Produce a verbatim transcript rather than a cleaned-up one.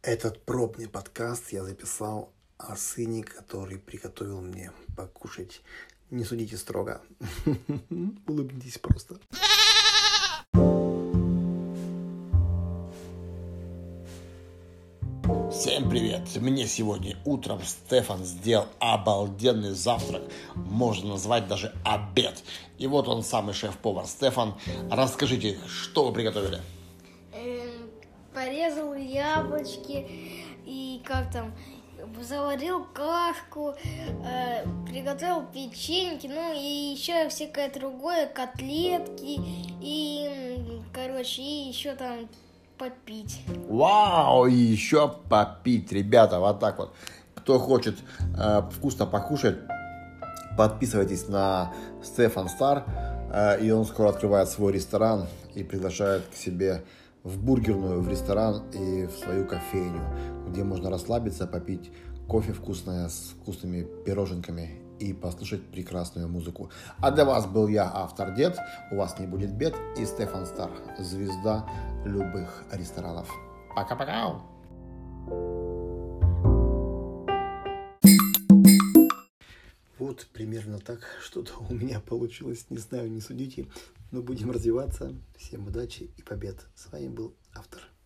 Этот пробный подкаст я записал о сыне, который приготовил мне покушать. Не судите строго. Улыбнитесь просто. Всем привет! Мне сегодня утром Стефан сделал обалденный завтрак, можно назвать даже обед. И вот он, самый шеф-повар. Стефан, расскажите, что вы приготовили? Эм, порезал яблочки и как там, заварил кашку, э, приготовил печеньки, ну и еще всякое другое, котлетки и, короче, и еще там попить. Вау, и еще попить, ребята, вот так вот. Кто хочет э, вкусно покушать, подписывайтесь на Стефан Стар, э, и он скоро открывает свой ресторан и приглашает к себе в бургерную, в ресторан и в свою кофейню, где можно расслабиться, попить кофе вкусное с вкусными пироженками и послушать прекрасную музыку. А для вас был я, автор Дед, у вас не будет бед, и Стефан Стар, звезда любых ресторанов. Пока-пока! Вот примерно так что-то у меня получилось. Не знаю, не судите, но будем развиваться. Всем удачи и побед. С вами был автор.